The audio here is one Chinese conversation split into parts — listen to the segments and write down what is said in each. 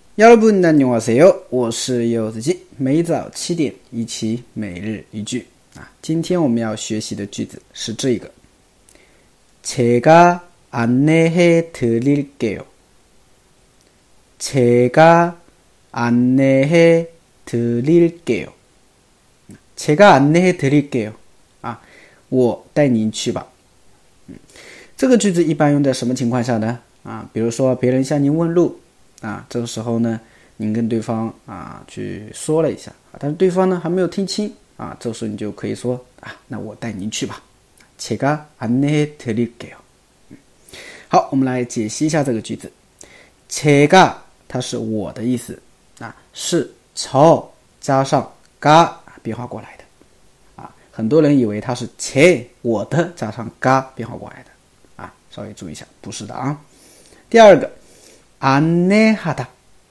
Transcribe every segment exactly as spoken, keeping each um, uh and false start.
여러분 안녕하세요，我是柚子鸡，每早七点一起每日一句啊。今天我们要学习的句子是这个，제가 안내해 드릴게요。제가 안내해 드릴게요。제가 안내해 드릴게요。啊，我带您去吧。嗯，这个句子一般用在什么情况下呢？啊，比如说别人向您问路。啊，这个时候呢，您跟对方啊去说了一下，啊，但是对方呢还没有听清啊，这个时候你就可以说啊，那我带您去吧。제가 안내해 드릴게요。好，我们来解析一下这个句子。제가它是我的意思啊，是저加上가变化过来的啊，很多人以为它是제我的加上가变化过来的啊，稍微注意一下，不是的啊。第二个。안내하다，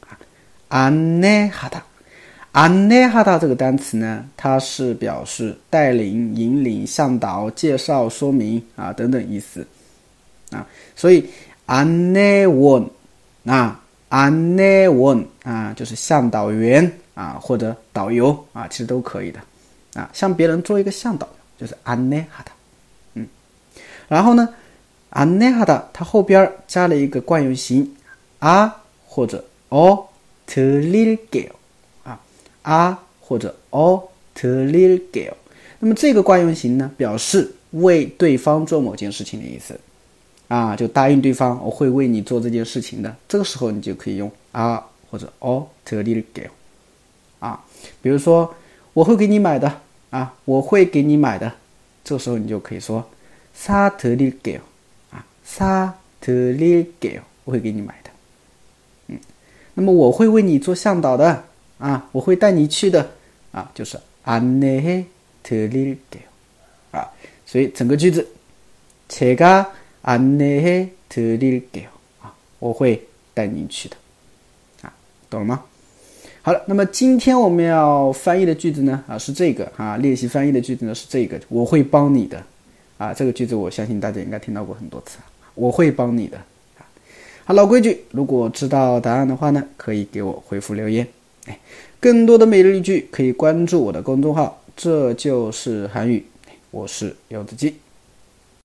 안내하다， 안내하다这个单词呢，它是表示带领、引领、向导、介绍、说明啊等等意思啊，所以안내원啊，안내원啊就是向导员啊或者导游啊，其实都可以的啊，向别人做一个向导就是 안내하다， 嗯，然后呢 안내하다它后边加了一个惯用型。啊或者어 드릴게요啊啊或者어 드릴게요，那么这个惯用型呢，表示为对方做某件事情的意思啊，就答应对方我会为你做这件事情的，这个时候你就可以用啊或者어 드릴게요啊，比如说我会给你买的啊，我会给你买的，这个时候你就可以说사 드릴게요啊사 드릴게요，我会给你买的。那么我会为你做向导的啊，我会带你去的啊，就是 안내해 드릴게요啊，所以整个句子 제가 안내해 드릴게요啊，我会带您去的啊，懂了吗？好了，那么今天我们要翻译的句子呢啊是这个啊，练习翻译的句子呢是这个，我会帮你的啊，这个句子我相信大家应该听到过很多次，我会帮你的。好，老规矩，如果知道答案的话呢，可以给我回复留言。哎，更多的每日一句可以关注我的公众号，这就是韩语。我是柚子鸡。